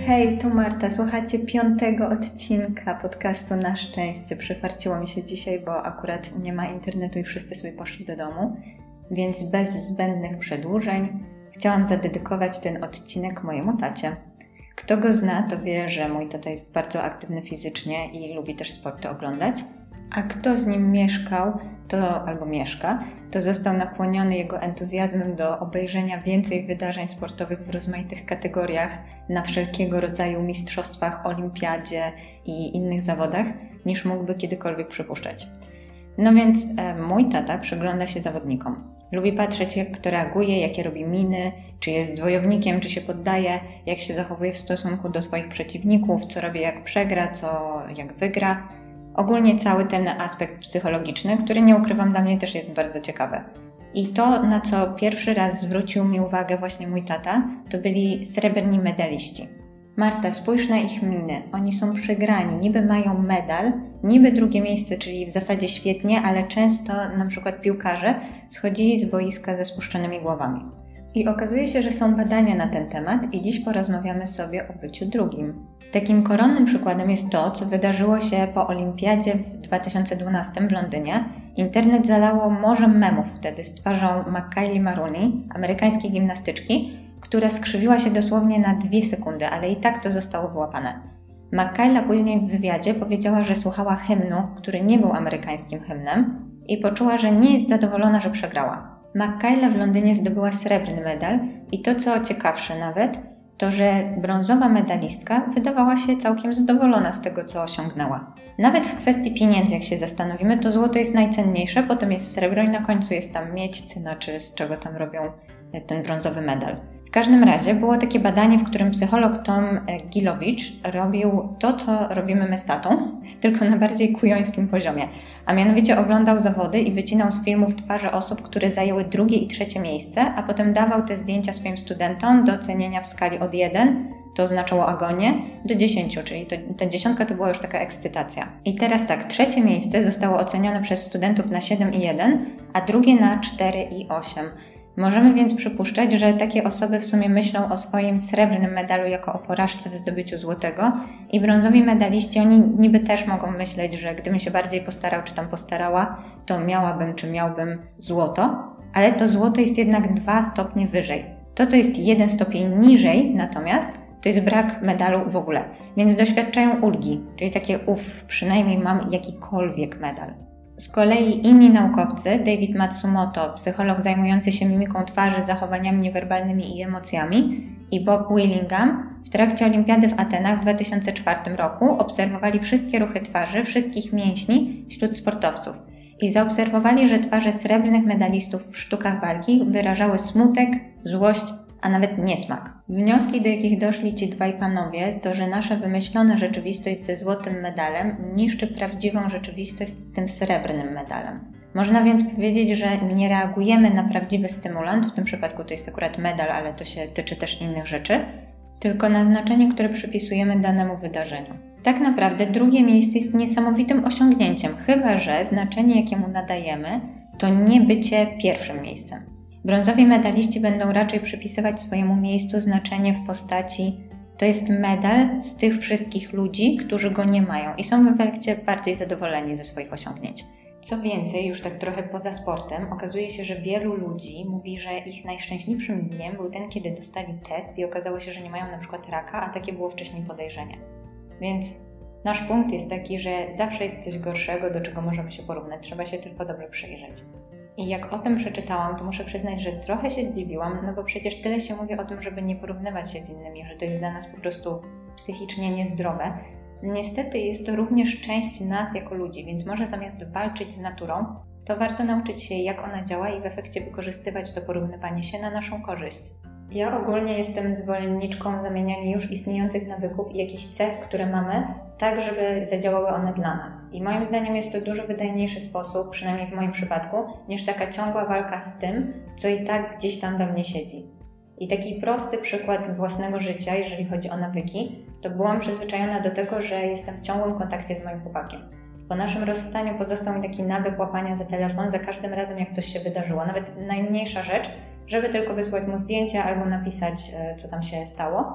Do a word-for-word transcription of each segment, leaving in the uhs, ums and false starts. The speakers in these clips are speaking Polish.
hej, tu Marta. Słuchacie piątego odcinka podcastu Na Szczęście. Przyfarciło mi się dzisiaj, bo akurat nie ma internetu i wszyscy sobie poszli do domu. Więc bez zbędnych przedłużeń chciałam zadedykować ten odcinek mojemu tacie. Kto go zna, to wie, że mój tata jest bardzo aktywny fizycznie i lubi też sporty oglądać. A kto z nim mieszkał, to albo mieszka, to został nakłoniony jego entuzjazmem do obejrzenia więcej wydarzeń sportowych w rozmaitych kategoriach, na wszelkiego rodzaju mistrzostwach, olimpiadzie i innych zawodach, niż mógłby kiedykolwiek przypuszczać. No więc e, mój tata przygląda się zawodnikom. Lubi patrzeć, jak kto reaguje, jakie robi miny, czy jest wojownikiem, czy się poddaje, jak się zachowuje w stosunku do swoich przeciwników, co robi, jak przegra, co jak wygra. Ogólnie cały ten aspekt psychologiczny, który nie ukrywam, dla mnie też jest bardzo ciekawy. I to, na co pierwszy raz zwrócił mi uwagę właśnie mój tata, to byli srebrni medaliści. Marta, spójrz na ich miny. Oni są przegrani, niby mają medal, niby drugie miejsce, czyli w zasadzie świetnie, ale często na przykład piłkarze schodzili z boiska ze spuszczonymi głowami. I okazuje się, że są badania na ten temat i dziś porozmawiamy sobie o byciu drugim. Takim koronnym przykładem jest to, co wydarzyło się po olimpiadzie w dwa tysiące dwunastym w Londynie. Internet zalało morzem memów wtedy z twarzą McKaylee Maroney, amerykańskiej gimnastyczki, która skrzywiła się dosłownie na dwie sekundy, ale i tak to zostało wyłapane. McKayla później w wywiadzie powiedziała, że słuchała hymnu, który nie był amerykańskim hymnem i poczuła, że nie jest zadowolona, że przegrała. McKayla w Londynie zdobyła srebrny medal i to, co ciekawsze nawet, to, że brązowa medalistka wydawała się całkiem zadowolona z tego, co osiągnęła. Nawet w kwestii pieniędzy, jak się zastanowimy, to złoto jest najcenniejsze, potem jest srebro i na końcu jest tam miedź, cyna, czy z czego tam robią ten brązowy medal. W każdym razie było takie badanie, w którym psycholog Tom Gilowicz robił to, co robimy my z tatą, tylko na bardziej kujońskim poziomie. A mianowicie oglądał zawody i wycinał z filmów twarze osób, które zajęły drugie i trzecie miejsce, a potem dawał te zdjęcia swoim studentom do ocenienia w skali od jeden, to oznaczało agonię, do dziesięciu, czyli to, ta dziesiątka to była już taka ekscytacja. I teraz tak, trzecie miejsce zostało ocenione przez studentów na siedem i jeden, a drugie na cztery i osiem. Możemy więc przypuszczać, że takie osoby w sumie myślą o swoim srebrnym medalu jako o porażce w zdobyciu złotego i brązowi medaliści, oni niby też mogą myśleć, że gdybym się bardziej postarał czy tam postarała, to miałabym czy miałbym złoto, ale to złoto jest jednak dwa stopnie wyżej. To, co jest jeden stopień niżej natomiast, to jest brak medalu w ogóle, więc doświadczają ulgi, czyli takie uff, przynajmniej mam jakikolwiek medal. Z kolei inni naukowcy, David Matsumoto, psycholog zajmujący się mimiką twarzy, zachowaniami niewerbalnymi i emocjami, i Bob Willingham w trakcie olimpiady w Atenach w dwa tysiące czwartym roku obserwowali wszystkie ruchy twarzy, wszystkich mięśni wśród sportowców i zaobserwowali, że twarze srebrnych medalistów w sztukach walki wyrażały smutek, złość, a nawet niesmak. Wnioski, do jakich doszli ci dwaj panowie, to, że nasza wymyślona rzeczywistość ze złotym medalem niszczy prawdziwą rzeczywistość z tym srebrnym medalem. Można więc powiedzieć, że nie reagujemy na prawdziwy stymulant, w tym przypadku to jest akurat medal, ale to się tyczy też innych rzeczy, tylko na znaczenie, które przypisujemy danemu wydarzeniu. Tak naprawdę drugie miejsce jest niesamowitym osiągnięciem, chyba że znaczenie, jakie mu nadajemy, to nie bycie pierwszym miejscem. Brązowi medaliści będą raczej przypisywać swojemu miejscu znaczenie w postaci to jest medal z tych wszystkich ludzi, którzy go nie mają i są w efekcie bardziej zadowoleni ze swoich osiągnięć. Co więcej, już tak trochę poza sportem, okazuje się, że wielu ludzi mówi, że ich najszczęśliwszym dniem był ten, kiedy dostali test i okazało się, że nie mają na przykład raka, a takie było wcześniej podejrzenie. Więc nasz punkt jest taki, że zawsze jest coś gorszego, do czego możemy się porównać, trzeba się tylko dobrze przyjrzeć. I jak o tym przeczytałam, to muszę przyznać, że trochę się zdziwiłam, no bo przecież tyle się mówi o tym, żeby nie porównywać się z innymi, że to jest dla nas po prostu psychicznie niezdrowe. Niestety jest to również część nas jako ludzi, więc może zamiast walczyć z naturą, to warto nauczyć się, jak ona działa i w efekcie wykorzystywać to porównywanie się na naszą korzyść. Ja ogólnie jestem zwolenniczką zamieniania już istniejących nawyków i jakichś cech, które mamy, tak, żeby zadziałały one dla nas. I moim zdaniem jest to dużo wydajniejszy sposób, przynajmniej w moim przypadku, niż taka ciągła walka z tym, co i tak gdzieś tam we mnie siedzi. I taki prosty przykład z własnego życia, jeżeli chodzi o nawyki, to byłam przyzwyczajona do tego, że jestem w ciągłym kontakcie z moim chłopakiem. Po naszym rozstaniu pozostał mi taki nawyk łapania za telefon za każdym razem, jak coś się wydarzyło. Nawet najmniejsza rzecz, żeby tylko wysłać mu zdjęcia albo napisać, co tam się stało.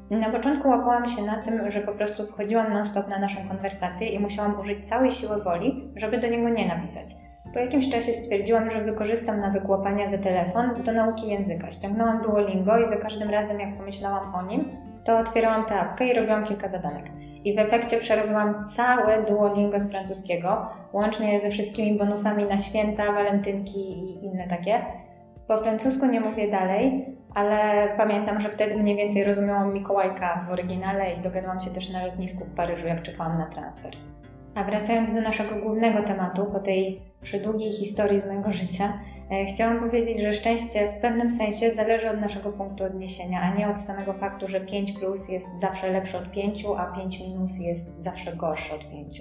Na początku łapałam się na tym, że po prostu wchodziłam non-stop na naszą konwersację i musiałam użyć całej siły woli, żeby do niego nie napisać. Po jakimś czasie stwierdziłam, że wykorzystam nawyk łapania za telefon do nauki języka. Ściągnęłam Duolingo i za każdym razem, jak pomyślałam o nim, to otwierałam tę apkę i robiłam kilka zadanek. I w efekcie przerobiłam całe Duolingo z francuskiego, łącznie ze wszystkimi bonusami na święta, walentynki i inne takie. Po francusku nie mówię dalej, ale pamiętam, że wtedy mniej więcej rozumiałam Mikołajka w oryginale i dogadałam się też na lotnisku w Paryżu, jak czekałam na transfer. A wracając do naszego głównego tematu, po tej przydługiej historii z mojego życia, e, chciałam powiedzieć, że szczęście w pewnym sensie zależy od naszego punktu odniesienia, a nie od samego faktu, że pięć plus jest zawsze lepsze od pięciu, a pięć minus jest zawsze gorsze od pięciu.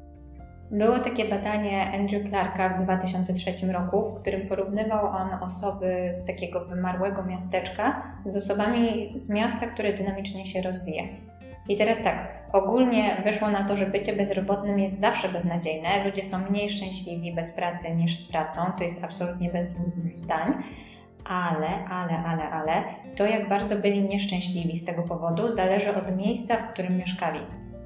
Było takie badanie Andrew Clarka w dwa tysiące trzecim roku, w którym porównywał on osoby z takiego wymarłego miasteczka z osobami z miasta, które dynamicznie się rozwija. I teraz tak, ogólnie wyszło na to, że bycie bezrobotnym jest zawsze beznadziejne, ludzie są mniej szczęśliwi bez pracy niż z pracą, to jest absolutnie bez dwóch zdań, ale, ale, ale, ale, to jak bardzo byli nieszczęśliwi z tego powodu zależy od miejsca, w którym mieszkali.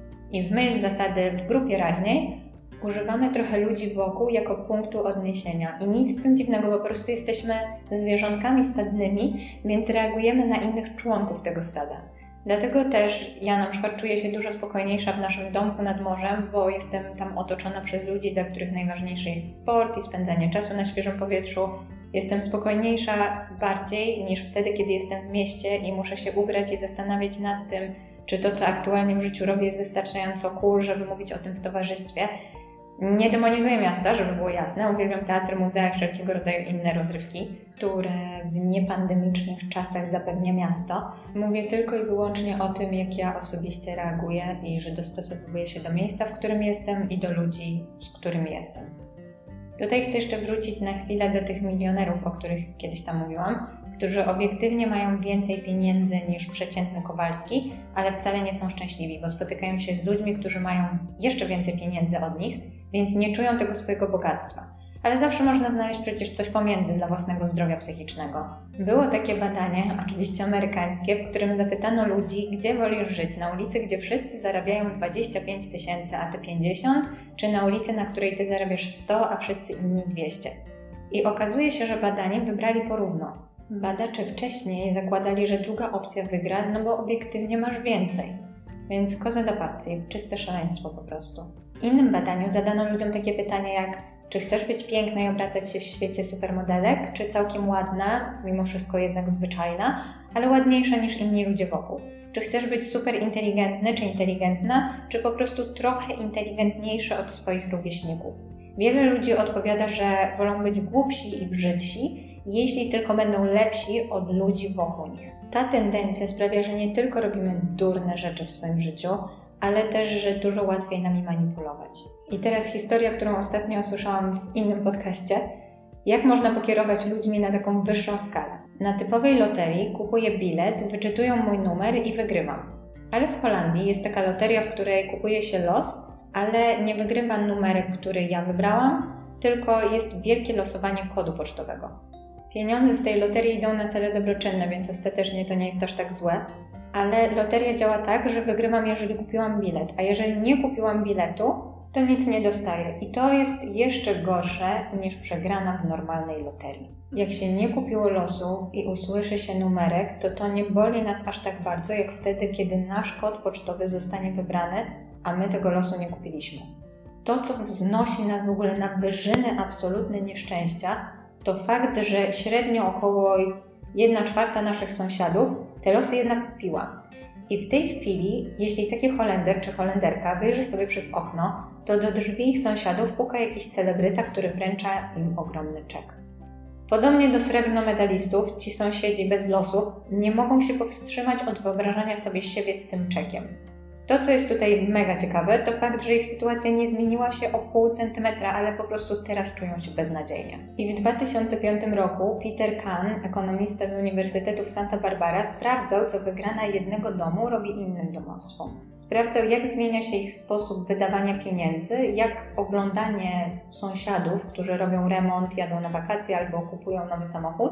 I w myśl zasady w grupie raźniej używamy trochę ludzi wokół jako punktu odniesienia i nic w tym dziwnego, po prostu jesteśmy zwierzątkami stadnymi, więc reagujemy na innych członków tego stada. Dlatego też ja na przykład czuję się dużo spokojniejsza w naszym domku nad morzem, bo jestem tam otoczona przez ludzi, dla których najważniejszy jest sport i spędzanie czasu na świeżym powietrzu. Jestem spokojniejsza bardziej niż wtedy, kiedy jestem w mieście i muszę się ubrać i zastanawiać nad tym, czy to, co aktualnie w życiu robię, jest wystarczająco cool, żeby mówić o tym w towarzystwie. Nie demonizuję miasta, żeby było jasne. Uwielbiam teatr, muzea i wszelkiego rodzaju inne rozrywki, które w niepandemicznych czasach zapewnia miasto. Mówię tylko i wyłącznie o tym, jak ja osobiście reaguję i że dostosowuję się do miejsca, w którym jestem i do ludzi, z którymi jestem. Tutaj chcę jeszcze wrócić na chwilę do tych milionerów, o których kiedyś tam mówiłam, którzy obiektywnie mają więcej pieniędzy niż przeciętny Kowalski, ale wcale nie są szczęśliwi, bo spotykają się z ludźmi, którzy mają jeszcze więcej pieniędzy od nich, więc nie czują tego swojego bogactwa. Ale zawsze można znaleźć przecież coś pomiędzy dla własnego zdrowia psychicznego. Było takie badanie, oczywiście amerykańskie, w którym zapytano ludzi, gdzie wolisz żyć, na ulicy, gdzie wszyscy zarabiają dwadzieścia pięć tysięcy, a ty pięćdziesiąt, czy na ulicy, na której ty zarabiasz sto, a wszyscy inni dwieście. I okazuje się, że badani wybrali porówno. Badacze wcześniej zakładali, że druga opcja wygra, no bo obiektywnie masz więcej. Więc cosa da pazzi, czyste szaleństwo po prostu. W innym badaniu zadano ludziom takie pytania jak: czy chcesz być piękna i obracać się w świecie supermodelek, czy całkiem ładna, mimo wszystko jednak zwyczajna, ale ładniejsza niż inni ludzie wokół? Czy chcesz być super inteligentny czy inteligentna, czy po prostu trochę inteligentniejszy od swoich rówieśników? Wiele ludzi odpowiada, że wolą być głupsi i brzydsi, jeśli tylko będą lepsi od ludzi wokół nich. Ta tendencja sprawia, że nie tylko robimy durne rzeczy w swoim życiu, ale też, że dużo łatwiej nami manipulować. I teraz historia, którą ostatnio usłyszałam w innym podcaście. Jak można pokierować ludźmi na taką wyższą skalę? Na typowej loterii kupuję bilet, wyczytują mój numer i wygrywam. Ale w Holandii jest taka loteria, w której kupuje się los, ale nie wygrywa numerek, który ja wybrałam, tylko jest wielkie losowanie kodu pocztowego. Pieniądze z tej loterii idą na cele dobroczynne, więc ostatecznie to nie jest aż tak złe. Ale loteria działa tak, że wygrywam, jeżeli kupiłam bilet, a jeżeli nie kupiłam biletu, to nic nie dostaję. I to jest jeszcze gorsze niż przegrana w normalnej loterii. Jak się nie kupiło losu i usłyszy się numerek, to to nie boli nas aż tak bardzo, jak wtedy, kiedy nasz kod pocztowy zostanie wybrany, a my tego losu nie kupiliśmy. To, co wznosi nas w ogóle na wyżyny absolutne nieszczęścia, to fakt, że średnio około jedna czwarta naszych sąsiadów te losy jednak kupiła. I w tej chwili, jeśli taki Holender czy Holenderka wyjrzy sobie przez okno, to do drzwi ich sąsiadów puka jakiś celebryta, który wręcza im ogromny czek. Podobnie do srebrnomedalistów, ci sąsiedzi bez losów nie mogą się powstrzymać od wyobrażania sobie siebie z tym czekiem. To, co jest tutaj mega ciekawe, to fakt, że ich sytuacja nie zmieniła się o pół centymetra, ale po prostu teraz czują się beznadziejnie. I w dwa tysiące piątym roku Peter Kahn, ekonomista z Uniwersytetu w Santa Barbara, sprawdzał, co wygrana jednego domu robi innym domostwom. Sprawdzał, jak zmienia się ich sposób wydawania pieniędzy, jak oglądanie sąsiadów, którzy robią remont, jadą na wakacje albo kupują nowy samochód,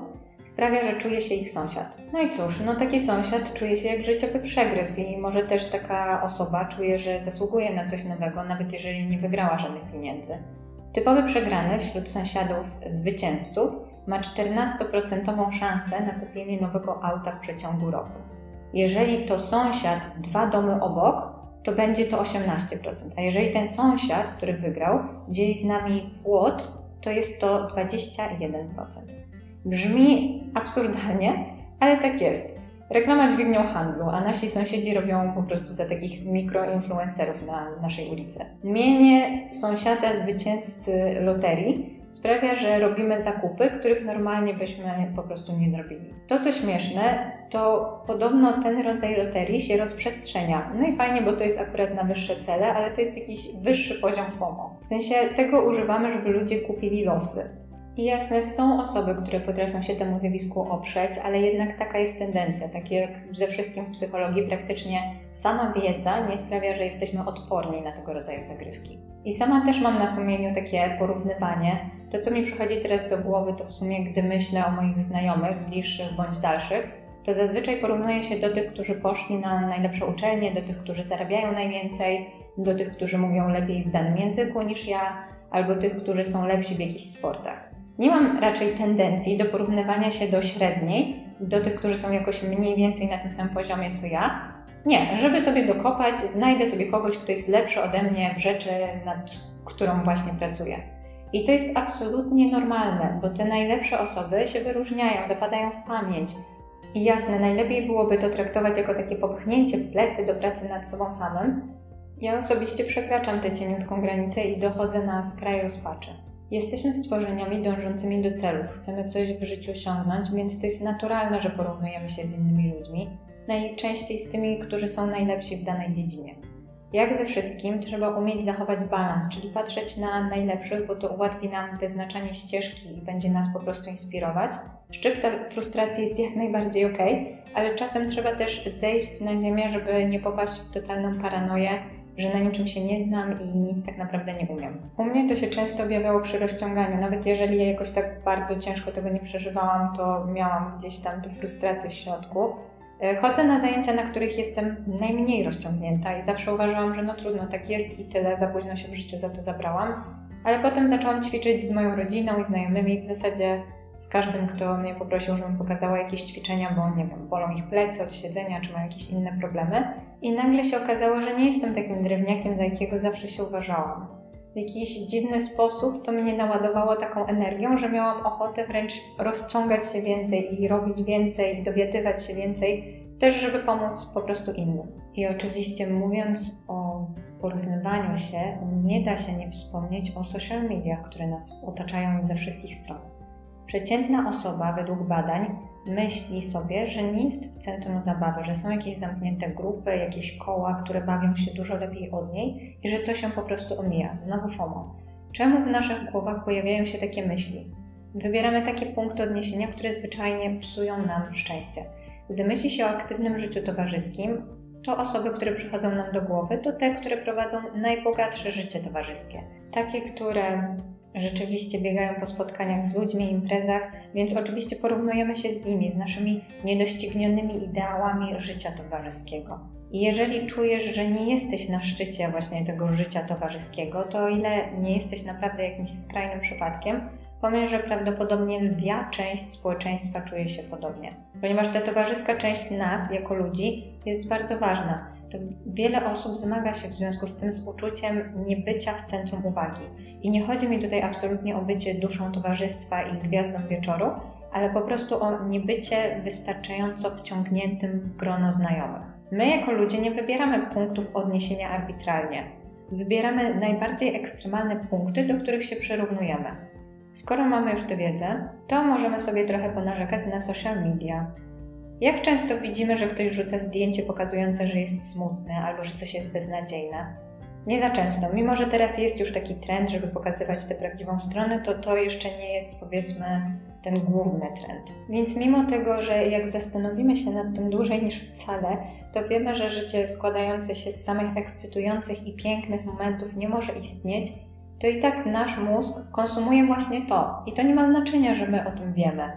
sprawia, że czuje się ich sąsiad. No i cóż, no taki sąsiad czuje się jak życiowy przegryw i może też taka osoba czuje, że zasługuje na coś nowego, nawet jeżeli nie wygrała żadnych pieniędzy. Typowy przegrany wśród sąsiadów zwycięzców ma czternastoprocentową szansę na kupienie nowego auta w przeciągu roku. Jeżeli to sąsiad dwa domy obok, to będzie to osiemnaście procent, a jeżeli ten sąsiad, który wygrał, dzieli z nami płot, to jest to dwadzieścia jeden procent. Brzmi absurdalnie, ale tak jest. Reklama dźwignią handlu, a nasi sąsiedzi robią po prostu za takich mikroinfluencerów na naszej ulicy. Mienie sąsiada zwycięzcy loterii sprawia, że robimy zakupy, których normalnie byśmy po prostu nie zrobili. To, co śmieszne, to podobno ten rodzaj loterii się rozprzestrzenia. No i fajnie, bo to jest akurat na wyższe cele, ale to jest jakiś wyższy poziom FOMO. W sensie tego używamy, żeby ludzie kupili losy. I jasne, są osoby, które potrafią się temu zjawisku oprzeć, ale jednak taka jest tendencja. Tak jak ze wszystkim w psychologii, praktycznie sama wiedza nie sprawia, że jesteśmy odporni na tego rodzaju zagrywki. I sama też mam na sumieniu takie porównywanie. To, co mi przychodzi teraz do głowy, to w sumie, gdy myślę o moich znajomych, bliższych bądź dalszych, to zazwyczaj porównuję się do tych, którzy poszli na najlepsze uczelnie, do tych, którzy zarabiają najwięcej, do tych, którzy mówią lepiej w danym języku niż ja, albo tych, którzy są lepsi w jakichś sportach. Nie mam raczej tendencji do porównywania się do średniej, do tych, którzy są jakoś mniej więcej na tym samym poziomie co ja. Nie, żeby sobie dokopać, znajdę sobie kogoś, kto jest lepszy ode mnie w rzeczy, nad którą właśnie pracuję. I to jest absolutnie normalne, bo te najlepsze osoby się wyróżniają, zapadają w pamięć. I jasne, najlepiej byłoby to traktować jako takie popchnięcie w plecy do pracy nad sobą samym. Ja osobiście przekraczam tę cieniutką granicę i dochodzę na skraj rozpaczy. Jesteśmy stworzeniami dążącymi do celów, chcemy coś w życiu osiągnąć, więc to jest naturalne, że porównujemy się z innymi ludźmi, najczęściej z tymi, którzy są najlepsi w danej dziedzinie. Jak ze wszystkim, trzeba umieć zachować balans, czyli patrzeć na najlepszych, bo to ułatwi nam wyznaczanie ścieżki i będzie nas po prostu inspirować. Szczypta frustracji jest jak najbardziej okej, ale czasem trzeba też zejść na ziemię, żeby nie popaść w totalną paranoję, że na niczym się nie znam i nic tak naprawdę nie umiem. U mnie to się często objawiało przy rozciąganiu. Nawet jeżeli ja jakoś tak bardzo ciężko tego nie przeżywałam, to miałam gdzieś tam tę frustrację w środku. Chodzę na zajęcia, na których jestem najmniej rozciągnięta i zawsze uważałam, że no trudno, tak jest i tyle, za późno się w życiu za to zabrałam. Ale potem zaczęłam ćwiczyć z moją rodziną i znajomymi, w zasadzie z każdym, kto mnie poprosił, żebym pokazała jakieś ćwiczenia, bo nie wiem, bolą ich plecy od siedzenia, czy mają jakieś inne problemy. I nagle się okazało, że nie jestem takim drewniakiem, za jakiego zawsze się uważałam. W jakiś dziwny sposób to mnie naładowało taką energią, że miałam ochotę wręcz rozciągać się więcej i robić więcej, i dowiadywać się więcej, też żeby pomóc po prostu innym. I oczywiście mówiąc o porównywaniu się, nie da się nie wspomnieć o social mediach, które nas otaczają ze wszystkich stron. Przeciętna osoba według badań myśli sobie, że nie jest w centrum zabawy, że są jakieś zamknięte grupy, jakieś koła, które bawią się dużo lepiej od niej i że coś się po prostu omija. Znowu FOMO. Czemu w naszych głowach pojawiają się takie myśli? Wybieramy takie punkty odniesienia, które zwyczajnie psują nam szczęście. Gdy myśli się o aktywnym życiu towarzyskim, to osoby, które przychodzą nam do głowy, to te, które prowadzą najbogatsze życie towarzyskie. Takie, które rzeczywiście biegają po spotkaniach z ludźmi, imprezach, więc oczywiście porównujemy się z nimi, z naszymi niedoścignionymi ideałami życia towarzyskiego. I jeżeli czujesz, że nie jesteś na szczycie właśnie tego życia towarzyskiego, to o ile nie jesteś naprawdę jakimś skrajnym przypadkiem, pomyśl, że prawdopodobnie lwia część społeczeństwa czuje się podobnie. Ponieważ ta towarzyska część nas, jako ludzi, jest bardzo ważna. To wiele osób zmaga się w związku z tym z uczuciem niebycia w centrum uwagi. I nie chodzi mi tutaj absolutnie o bycie duszą towarzystwa i gwiazdą wieczoru, ale po prostu o niebycie wystarczająco wciągniętym w grono znajomych. My jako ludzie nie wybieramy punktów odniesienia arbitralnie. Wybieramy najbardziej ekstremalne punkty, do których się przyrównujemy. Skoro mamy już tę wiedzę, to możemy sobie trochę ponarzekać na social media. Jak często widzimy, że ktoś rzuca zdjęcie pokazujące, że jest smutny albo że coś jest beznadziejne? Nie za często. Mimo że teraz jest już taki trend, żeby pokazywać tę prawdziwą stronę, to to jeszcze nie jest, powiedzmy, ten główny trend. Więc mimo tego, że jak zastanowimy się nad tym dłużej niż wcale, to wiemy, że życie składające się z samych ekscytujących i pięknych momentów nie może istnieć, to i tak nasz mózg konsumuje właśnie to. I to nie ma znaczenia, że my o tym wiemy.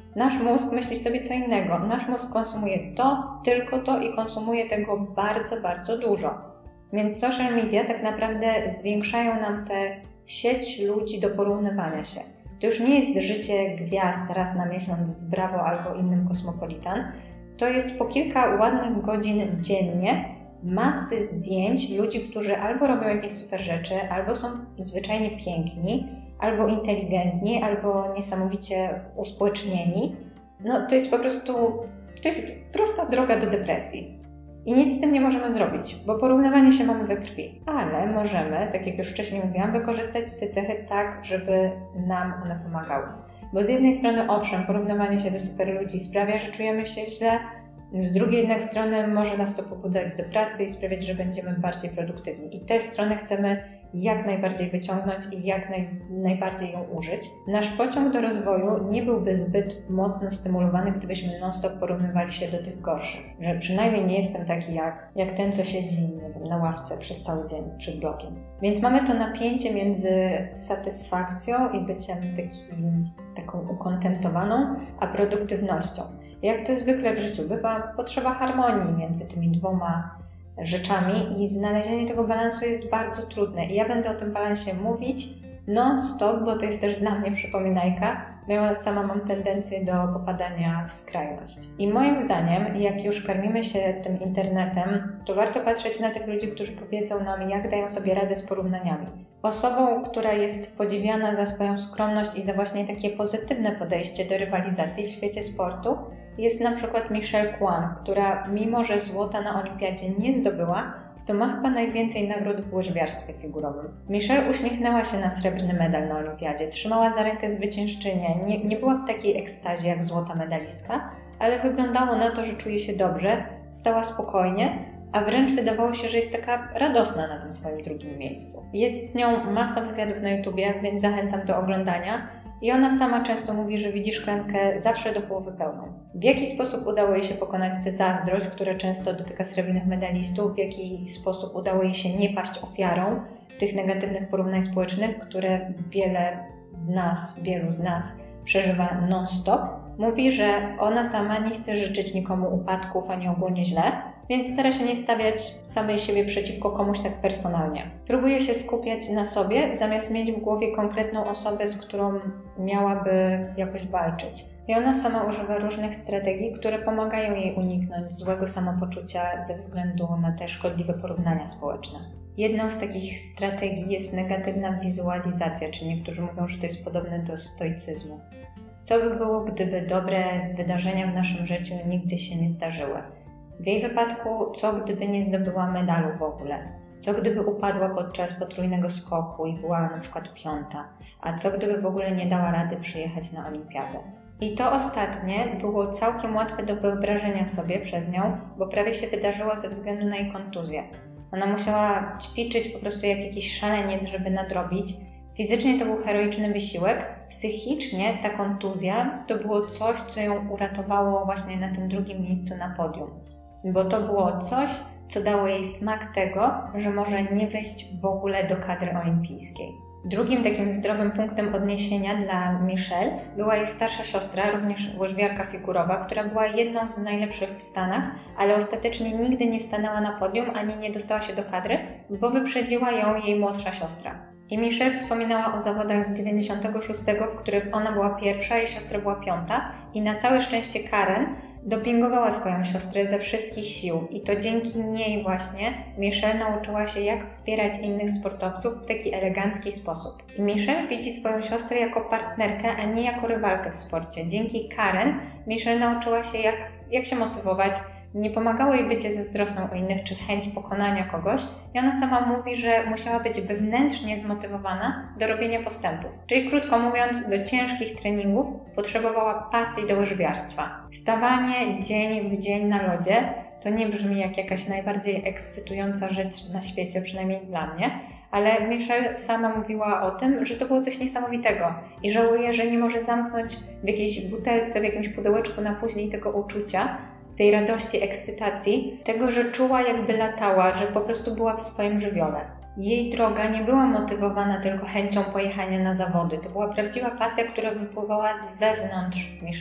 Nasz mózg myśli sobie co innego. Nasz mózg konsumuje to, tylko to i konsumuje tego bardzo, bardzo dużo. Więc social media tak naprawdę zwiększają nam tę sieć ludzi do porównywania się. To już nie jest życie gwiazd raz na miesiąc w Bravo albo innym Cosmopolitan. To jest po kilka ładnych godzin dziennie masy zdjęć ludzi, którzy albo robią jakieś super rzeczy, albo są zwyczajnie piękni, albo inteligentni, albo niesamowicie uspołecznieni. No to jest po prostu, to jest prosta droga do depresji. I nic z tym nie możemy zrobić, bo porównywanie się mamy we krwi. Ale możemy, tak jak już wcześniej mówiłam, wykorzystać te cechy tak, żeby nam one pomagały. Bo z jednej strony, owszem, porównywanie się do super ludzi sprawia, że czujemy się źle, z drugiej jednak strony może nas to pobudzać do pracy i sprawiać, że będziemy bardziej produktywni. I tę stronę chcemy jak najbardziej wyciągnąć i jak naj, najbardziej ją użyć. Nasz pociąg do rozwoju nie byłby zbyt mocno stymulowany, gdybyśmy non-stop porównywali się do tych gorszych. Że przynajmniej nie jestem taki jak, jak ten, co siedzi nie wiem, na ławce przez cały dzień przed blokiem. Więc mamy to napięcie między satysfakcją i byciem takim, taką ukontentowaną, a produktywnością. Jak to zwykle w życiu bywa, potrzeba harmonii między tymi dwoma rzeczami i znalezienie tego balansu jest bardzo trudne. I ja będę o tym balansie mówić non-stop, bo to jest też dla mnie przypominajka, bo ja sama mam tendencję do popadania w skrajność. I moim zdaniem, jak już karmimy się tym internetem, to warto patrzeć na tych ludzi, którzy powiedzą nam, jak dają sobie radę z porównaniami. Osobą, która jest podziwiana za swoją skromność i za właśnie takie pozytywne podejście do rywalizacji w świecie sportu, jest na przykład Michelle Kwan, która mimo, że złota na olimpiadzie nie zdobyła, to ma chyba najwięcej nagród w łyżwiarstwie figurowym. Michelle uśmiechnęła się na srebrny medal na olimpiadzie, trzymała za rękę zwyciężczynię, nie, nie była w takiej ekstazie jak złota medalistka, ale wyglądało na to, że czuje się dobrze, stała spokojnie, a wręcz wydawało się, że jest taka radosna na tym swoim drugim miejscu. Jest z nią masa wywiadów na YouTubie, więc zachęcam do oglądania. I ona sama często mówi, że widzi szklankę zawsze do połowy pełną. W jaki sposób udało jej się pokonać tę zazdrość, która często dotyka srebrnych medalistów? W jaki sposób udało jej się nie paść ofiarą tych negatywnych porównań społecznych, które wiele z nas, wielu z nas przeżywa non-stop? Mówi, że ona sama nie chce życzyć nikomu upadków ani ogólnie źle, więc stara się nie stawiać samej siebie przeciwko komuś tak personalnie. Próbuje się skupiać na sobie, zamiast mieć w głowie konkretną osobę, z którą miałaby jakoś walczyć. I ona sama używa różnych strategii, które pomagają jej uniknąć złego samopoczucia ze względu na te szkodliwe porównania społeczne. Jedną z takich strategii jest negatywna wizualizacja, czyli niektórzy mówią, że to jest podobne do stoicyzmu. Co by było, gdyby dobre wydarzenia w naszym życiu nigdy się nie zdarzyły? W jej wypadku, co gdyby nie zdobyła medalu w ogóle? Co gdyby upadła podczas potrójnego skoku i była na przykład piąta? A co gdyby w ogóle nie dała rady przyjechać na olimpiadę? I to ostatnie było całkiem łatwe do wyobrażenia sobie przez nią, bo prawie się wydarzyło ze względu na jej kontuzję. Ona musiała ćwiczyć po prostu jak jakiś szaleniec, żeby nadrobić. Fizycznie to był heroiczny wysiłek, psychicznie ta kontuzja to było coś, co ją uratowało właśnie na tym drugim miejscu na podium. Bo to było coś, co dało jej smak tego, że może nie wejść w ogóle do kadry olimpijskiej. Drugim takim zdrowym punktem odniesienia dla Michelle była jej starsza siostra, również łyżwiarka figurowa, która była jedną z najlepszych w Stanach, ale ostatecznie nigdy nie stanęła na podium ani nie dostała się do kadry, bo wyprzedziła ją jej młodsza siostra. I Michelle wspominała o zawodach z dziewięćdziesiątego szóstego, w których ona była pierwsza, jej siostra była piąta i na całe szczęście Karen dopingowała swoją siostrę ze wszystkich sił i to dzięki niej właśnie Michelle nauczyła się, jak wspierać innych sportowców w taki elegancki sposób. I Michelle widzi swoją siostrę jako partnerkę, a nie jako rywalkę w sporcie. Dzięki Karen Michelle nauczyła się, jak, jak się motywować. Nie pomagało jej bycie zazdrosną o innych czy chęć pokonania kogoś i ona sama mówi, że musiała być wewnętrznie zmotywowana do robienia postępów. Czyli krótko mówiąc, do ciężkich treningów potrzebowała pasji do łyżwiarstwa. Stawanie dzień w dzień na lodzie to nie brzmi jak jakaś najbardziej ekscytująca rzecz na świecie, przynajmniej dla mnie, ale Michelle sama mówiła o tym, że to było coś niesamowitego i żałuje, że nie może zamknąć w jakiejś butelce, w jakimś pudełeczku na później tego uczucia, tej radości, ekscytacji, tego, że czuła jakby latała, że po prostu była w swoim żywiole. Jej droga nie była motywowana tylko chęcią pojechania na zawody. To była prawdziwa pasja, która wypływała z wewnątrz Michelle.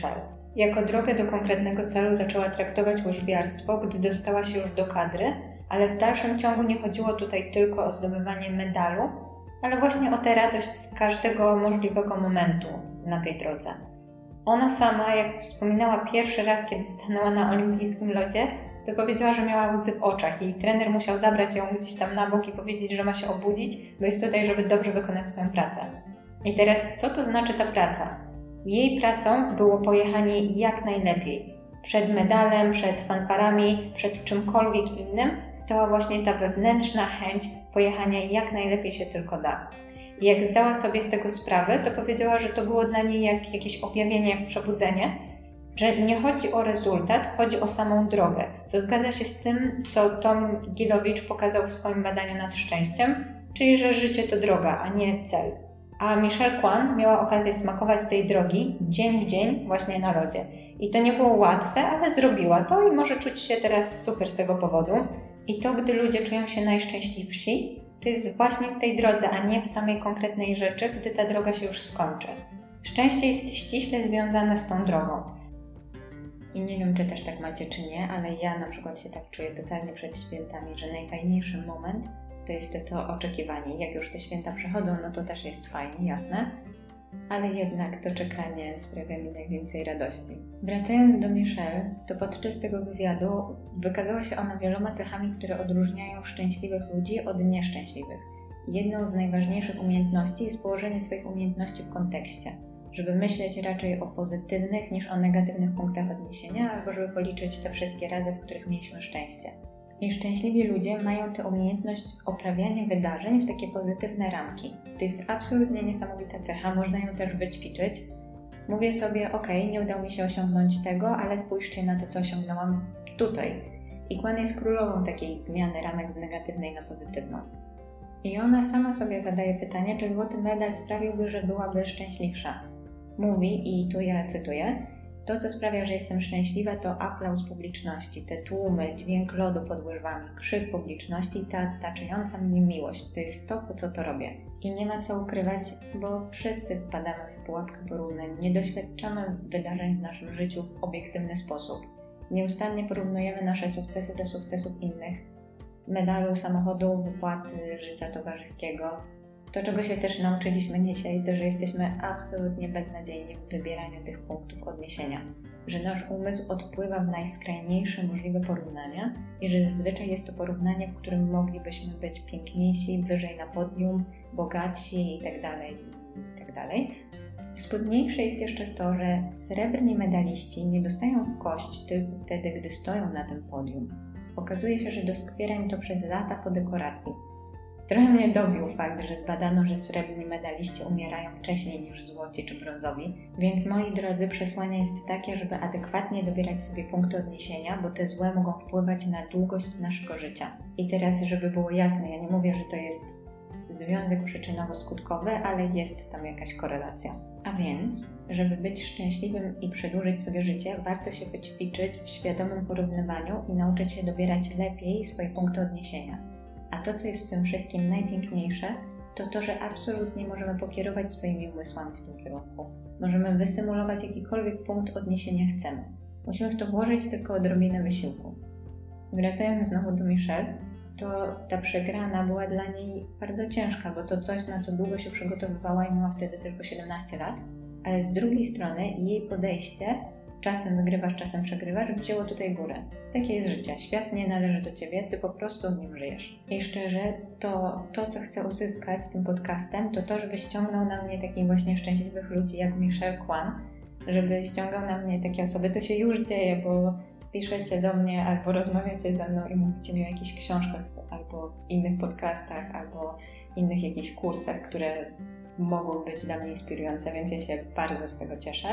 Jako drogę do konkretnego celu zaczęła traktować łyżwiarstwo, gdy dostała się już do kadry, ale w dalszym ciągu nie chodziło tutaj tylko o zdobywanie medalu, ale właśnie o tę radość z każdego możliwego momentu na tej drodze. Ona sama, jak wspominała pierwszy raz, kiedy stanęła na olimpijskim lodzie, to powiedziała, że miała łzy w oczach i trener musiał zabrać ją gdzieś tam na bok i powiedzieć, że ma się obudzić, bo jest tutaj, żeby dobrze wykonać swoją pracę. I teraz, co to znaczy ta praca? Jej pracą było pojechanie jak najlepiej. Przed medalem, przed fanfarami, przed czymkolwiek innym stała właśnie ta wewnętrzna chęć pojechania jak najlepiej się tylko da. I jak zdała sobie z tego sprawę, to powiedziała, że to było dla niej jak jakieś objawienie, jak przebudzenie, że nie chodzi o rezultat, chodzi o samą drogę, co zgadza się z tym, co Tom Gilowicz pokazał w swoim badaniu nad szczęściem, czyli że życie to droga, a nie cel. A Michelle Kwan miała okazję smakować tej drogi dzień w dzień właśnie na lodzie. I to nie było łatwe, ale zrobiła to i może czuć się teraz super z tego powodu. I to, gdy ludzie czują się najszczęśliwsi, to jest właśnie w tej drodze, a nie w samej konkretnej rzeczy, gdy ta droga się już skończy. Szczęście jest ściśle związane z tą drogą. I nie wiem, czy też tak macie, czy nie, ale ja na przykład się tak czuję totalnie przed świętami, że najfajniejszy moment to jest to oczekiwanie. Jak już te święta przechodzą, no to też jest fajnie, jasne, ale jednak to czekanie sprawia mi najwięcej radości. Wracając do Michelle, to podczas tego wywiadu wykazała się ona wieloma cechami, które odróżniają szczęśliwych ludzi od nieszczęśliwych. Jedną z najważniejszych umiejętności jest położenie swoich umiejętności w kontekście, żeby myśleć raczej o pozytywnych niż o negatywnych punktach odniesienia, albo żeby policzyć te wszystkie razy, w których mieliśmy szczęście. I szczęśliwi ludzie mają tę umiejętność oprawiania wydarzeń w takie pozytywne ramki. To jest absolutnie niesamowita cecha, można ją też wyćwiczyć. Mówię sobie, okej, okay, nie udało mi się osiągnąć tego, ale spójrzcie na to, co osiągnęłam tutaj. I Kwan jest królową takiej zmiany ramek z negatywnej na pozytywną. I ona sama sobie zadaje pytanie, czy złoty medal sprawiłby, że byłaby szczęśliwsza. Mówi, i tu ja cytuję, to, co sprawia, że jestem szczęśliwa, to aplauz publiczności, te tłumy, dźwięk lodu pod łyżwami, krzyk publiczności, ta otaczająca mnie miłość. To jest to, po co to robię. I nie ma co ukrywać, bo wszyscy wpadamy w pułapkę porównań, nie doświadczamy wydarzeń w naszym życiu w obiektywny sposób. Nieustannie porównujemy nasze sukcesy do sukcesów innych, medalu, samochodu, wypłaty, życia towarzyskiego. To, czego się też nauczyliśmy dzisiaj, to, że jesteśmy absolutnie beznadziejni w wybieraniu tych punktów odniesienia. Że nasz umysł odpływa w najskrajniejsze możliwe porównania i że zazwyczaj jest to porównanie, w którym moglibyśmy być piękniejsi, wyżej na podium, bogatsi itd. itd. Spodniejsze jest jeszcze to, że srebrni medaliści nie dostają w kość tylko wtedy, gdy stoją na tym podium. Okazuje się, że doskwiera im to przez lata po dekoracji. Trochę mnie dobił fakt, że zbadano, że srebrni medaliści umierają wcześniej niż złoci czy brązowi, więc moi drodzy, przesłanie jest takie, żeby adekwatnie dobierać sobie punkty odniesienia, bo te złe mogą wpływać na długość naszego życia. I teraz, żeby było jasne, ja nie mówię, że to jest związek przyczynowo-skutkowy, ale jest tam jakaś korelacja. A więc, żeby być szczęśliwym i przedłużyć sobie życie, warto się wyćwiczyć w świadomym porównywaniu i nauczyć się dobierać lepiej swoje punkty odniesienia. A to, co jest w tym wszystkim najpiękniejsze, to to, że absolutnie możemy pokierować swoimi umysłami w tym kierunku. Możemy wysymulować jakikolwiek punkt odniesienia chcemy. Musimy w to włożyć tylko odrobinę wysiłku. Wracając znowu do Michelle, to ta przegrana była dla niej bardzo ciężka, bo to coś, na co długo się przygotowywała i miała wtedy tylko siedemnaście lat, ale z drugiej strony jej podejście, czasem wygrywasz, czasem przegrywasz, wzięło tutaj górę. Takie jest życie. Świat nie należy do ciebie, ty po prostu w nim żyjesz. I szczerze, to, to co chcę uzyskać tym podcastem, to to, żeby ściągnął na mnie takich właśnie szczęśliwych ludzi jak Michelle Kwan, żeby ściągał na mnie takie osoby. To się już dzieje, bo piszecie do mnie albo rozmawiacie ze mną i mówicie mi o jakichś książkach albo innych podcastach, albo innych jakichś kursach, które mogą być dla mnie inspirujące, więc ja się bardzo z tego cieszę.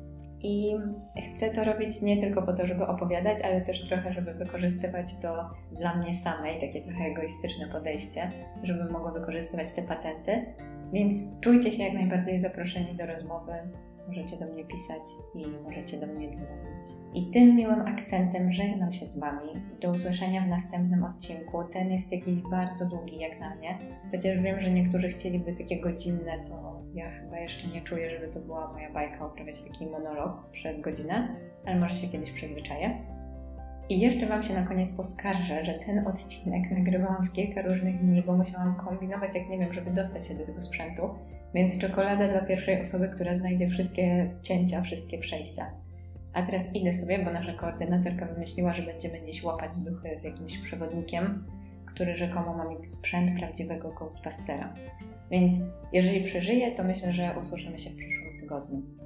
I chcę to robić nie tylko po to, żeby opowiadać, ale też trochę, żeby wykorzystywać to dla mnie samej, takie trochę egoistyczne podejście, żeby mogła wykorzystywać te patenty. Więc czujcie się jak najbardziej zaproszeni do rozmowy. Możecie do mnie pisać i możecie do mnie dzwonić. I tym miłym akcentem żegnam się z Wami. Do usłyszenia w następnym odcinku. Ten jest jakiś bardzo długi jak na mnie. Chociaż wiem, że niektórzy chcieliby takie godzinne, to ja chyba jeszcze nie czuję, żeby to była moja bajka uprawiać taki monolog przez godzinę, ale może się kiedyś przyzwyczaję. I jeszcze Wam się na koniec poskarżę, że ten odcinek nagrywałam w kilka różnych dni, bo musiałam kombinować, jak nie wiem, żeby dostać się do tego sprzętu. Więc czekolada dla pierwszej osoby, która znajdzie wszystkie cięcia, wszystkie przejścia. A teraz idę sobie, bo nasza koordynatorka wymyśliła, że będziemy gdzieś łapać duchy z jakimś przewodnikiem, który rzekomo ma mieć sprzęt prawdziwego Ghostbustera. Więc jeżeli przeżyję, to myślę, że usłyszymy się w przyszłym tygodniu.